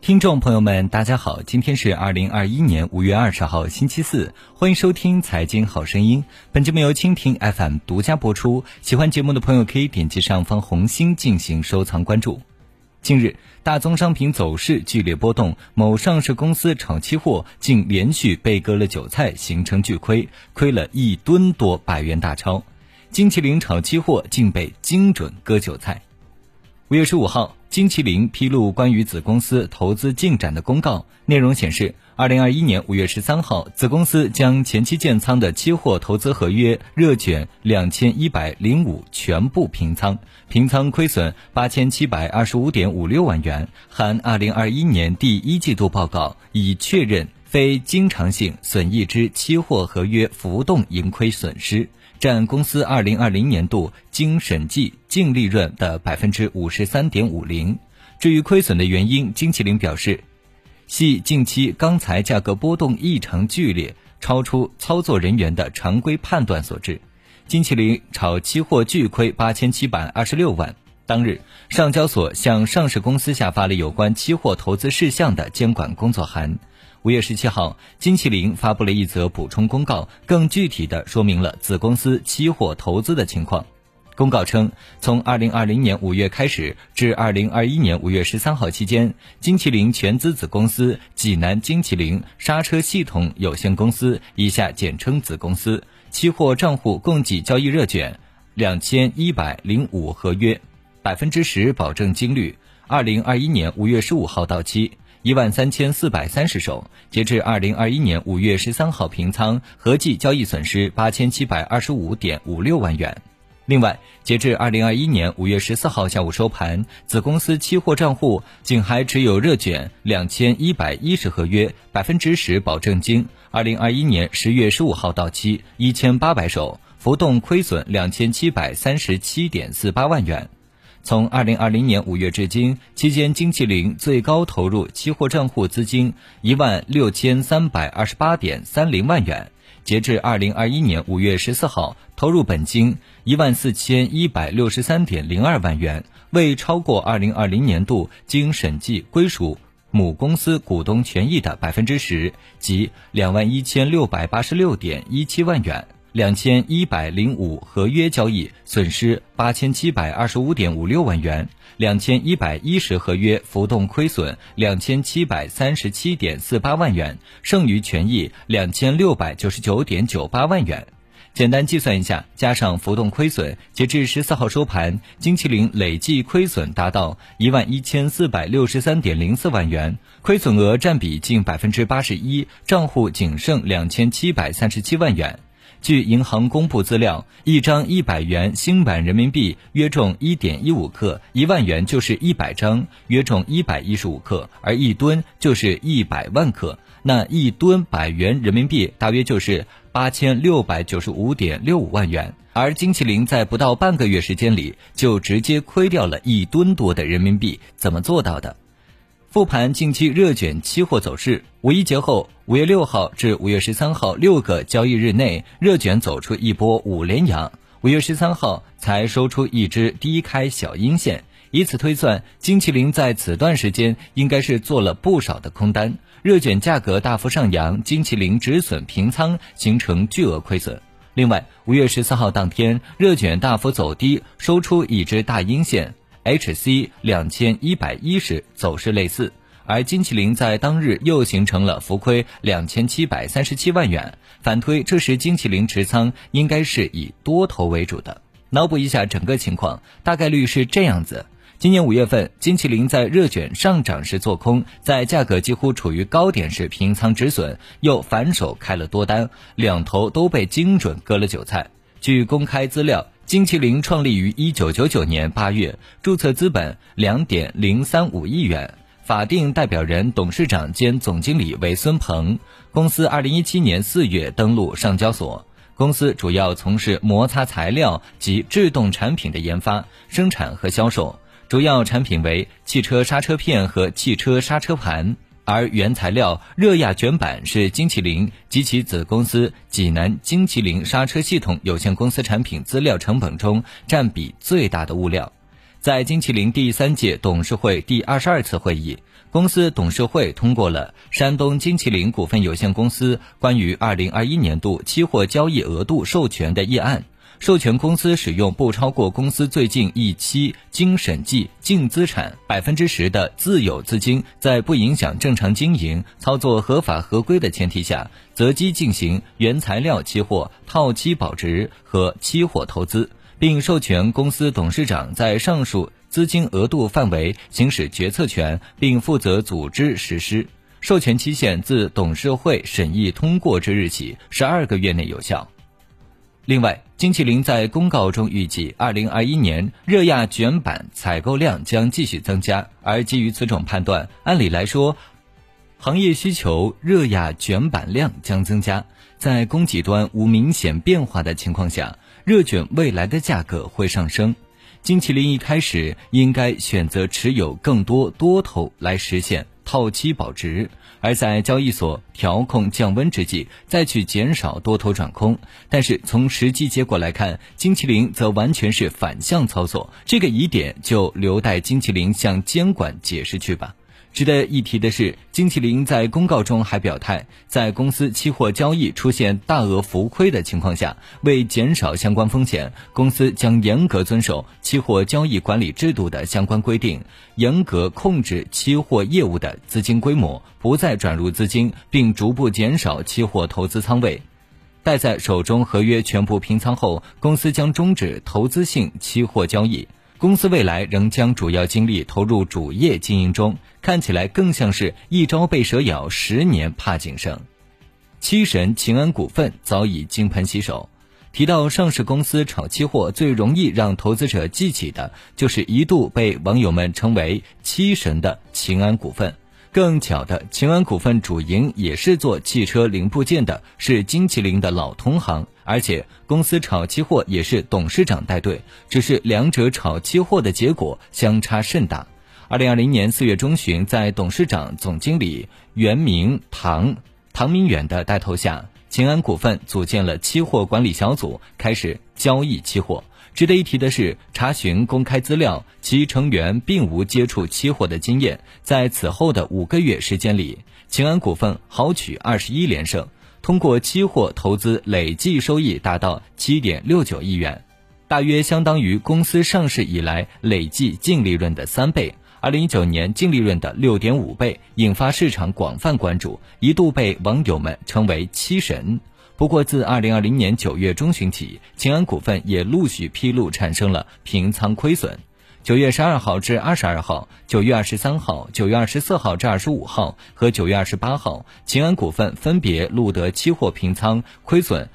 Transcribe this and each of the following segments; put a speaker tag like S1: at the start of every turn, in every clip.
S1: 听众朋友们，大家好，今天是2021年5月20号，星期四，欢迎收听财经好声音。本节目由蜻蜓 FM 独家播出，喜欢节目的朋友可以点击上方红心进行收藏关注。近日，大宗商品走势剧烈波动，某上市公司炒期货竟连续被割了韭菜，形成巨亏，亏了1吨多百元大钞。金麒麟炒期货竟被精准割韭菜。5月15号，金麒麟披露关于子公司投资进展的公告，内容显示，2021年5月13号，子公司将前期建仓的期货投资合约热卷2105全部平仓，平仓亏损8725.56万元，含2021年第一季度报告已确认非经常性损益之期货合约浮动盈亏损失，占公司2020年度经审计净利润的 53.50%。 至于亏损的原因，金麒麟表示，系近期钢材价格波动异常剧烈，超出操作人员的常规判断所致。金麒麟炒期货巨亏8726万。当日，上交所向上市公司下发了有关期货投资事项的监管工作函。5月17号，金麒麟发布了一则补充公告，更具体地说明了子公司期货投资的情况。公告称，从2020年5月开始至2021年5月13号期间，金麒麟全资子公司济南金麒麟刹车系统有限公司（以下简称子公司）期货账户共计交易热卷2105合约，10%保证金率，2021年5月15号到期，13430手，截至2021年5月13号平仓，合计交易损失8725.56万元。另外，截至2021年5月14号下午收盘，子公司期货账户仅还持有热卷2110合约，10%保证金，2021年10月15号到期1800手，浮动亏损2737.48万元。从2020年5月至今，期间金麒麟最高投入期货账户资金16328.30万元，截至2021年5月14号，投入本金14163.02万元，未超过2020年度经审计归属母公司股东权益的 10%， 即21686.17万元。2105合约交易损失8725.56万元，2110合约浮动亏损2737.48万元，剩余权益2699.98万元。简单计算一下，加上浮动亏损，截至14号收盘，金麒麟累计亏损达到11463.04万元，亏损额占比近 81%， 账户仅剩2737万元。据银行公布资料，一张100元新版人民币约重 1.15 克，1万元就是100张，约重115克，而1吨就是100万克。那1吨100元人民币大约就是8695.65万元。而金麒麟在不到半个月时间里就直接亏掉了1吨多的人民币，怎么做到的？复盘近期热卷期货走势，五一节后5月6号至5月13号6个交易日内，热卷走出一波5连阳，5月13号才收出一只低开小阴线，以此推算，金麒麟在此段时间应该是做了不少的空单，热卷价格大幅上扬，金麒麟止损平仓，形成巨额亏损。另外5月14号当天，热卷大幅走低，收出一只大阴线，HC 2110走势类似，而金麒麟在当日又形成了浮亏2737万元，反推这时金麒麟持仓应该是以多头为主的。脑补一下整个情况，大概率是这样子。今年5月份，金麒麟在热卷上涨时做空，在价格几乎处于高点时平仓止损，又反手开了多单，两头都被精准割了韭菜。据公开资料，金麒麟创立于1999年8月，注册资本2.035亿元，法定代表人、董事长兼总经理为孙鹏。公司2017年4月登陆上交所。公司主要从事摩擦材料及制动产品的研发、生产和销售，主要产品为汽车刹车片和汽车刹车盘。而原材料热轧卷板是金麒麟及其子公司济南金麒麟刹车系统有限公司产品资料成本中占比最大的物料。 在金麒麟第3届董事会第22次会议，公司董事会通过了山东金麒麟股份有限公司关于2021年度期货交易额度授权的议案，授权公司使用不超过公司最近一期经审计净资产10%的自有资金，在不影响正常经营、操作合法合规的前提下，择机进行原材料期货套期保值和期货投资，并授权公司董事长在上述资金额度范围行使决策权，并负责组织实施。授权期限自董事会审议通过之日起12个月内有效。另外，金麒麟在公告中预计2021年热轧卷板采购量将继续增加，而基于此种判断，按理来说，行业需求热轧卷板量将增加，在供给端无明显变化的情况下，热卷未来的价格会上升。金麒麟一开始应该选择持有更多多头来实现套期保值，而在交易所调控降温之际再去减少多头转空。但是从实际结果来看，金麒麟则完全是反向操作，这个疑点就留待金麒麟向监管解释去吧。值得一提的是，金麒麟在公告中还表态，在公司期货交易出现大额浮亏的情况下，为减少相关风险，公司将严格遵守期货交易管理制度的相关规定，严格控制期货业务的资金规模，不再转入资金，并逐步减少期货投资仓位。待在手中合约全部平仓后，公司将终止投资性期货交易。公司未来仍将主要精力投入主业经营中，看起来更像是一朝被蛇咬，10年怕井绳。七神秦安股份早已金盆洗手。提到上市公司炒期货，最容易让投资者记起的就是一度被网友们称为七神的秦安股份。更巧的，秦安股份主营也是做汽车零部件的，是金麒麟的老同行，而且公司炒期货也是董事长带队，只是两者炒期货的结果相差甚大。2020年4月中旬，在董事长总经理唐明远的带头下，秦安股份组建了期货管理小组，开始交易期货。值得一提的是，查询公开资料，其成员并无接触期货的经验。在此后的5个月时间里，秦安股份豪取21连胜，通过期货投资累计收益达到 7.69 亿元，大约相当于公司上市以来累计净利润的3倍。2019年净利润的 6.5 倍，引发市场广泛关注，一度被网友们称为七神。不过自2020年9月中旬起，秦安股份也陆续披露产生了平仓亏损。9月12号至22号、9月23号、9月24号至25号和9月28号，秦安股份分别录得期货平仓亏损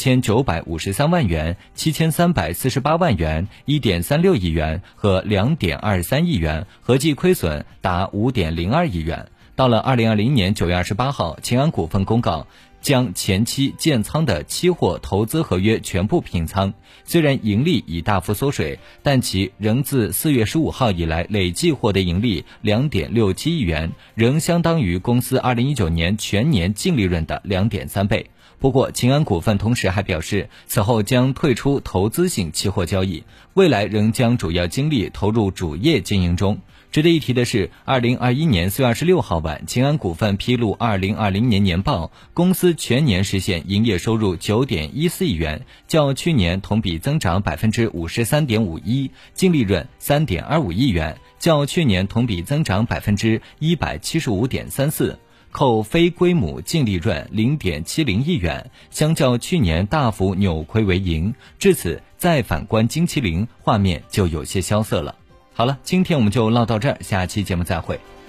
S1: 6953万元、7348万元、1.36亿元和2.23亿元，合计亏损达5.02亿元。到了2020年9月28号，秦安股份公告将前期建仓的期货投资合约全部平仓，虽然盈利已大幅缩水，但其仍自4月15号以来累计获得盈利 2.67 亿元，仍相当于公司2019年全年净利润的 2.3 倍。不过秦安股份同时还表示，此后将退出投资性期货交易，未来仍将主要精力投入主业经营中。值得一提的是，2021年4月26号晚，秦安股份披露2020年年报，公司全年实现营业收入 9.14 亿元，较去年同比增长 53.51%， 净利润 3.25 亿元，较去年同比增长 175.34%， 扣非规模净利润 0.70 亿元，相较去年大幅扭亏为盈。至此，再反观金麒麟，画面就有些萧瑟了。好了，今天我们就唠到这儿，下期节目再会。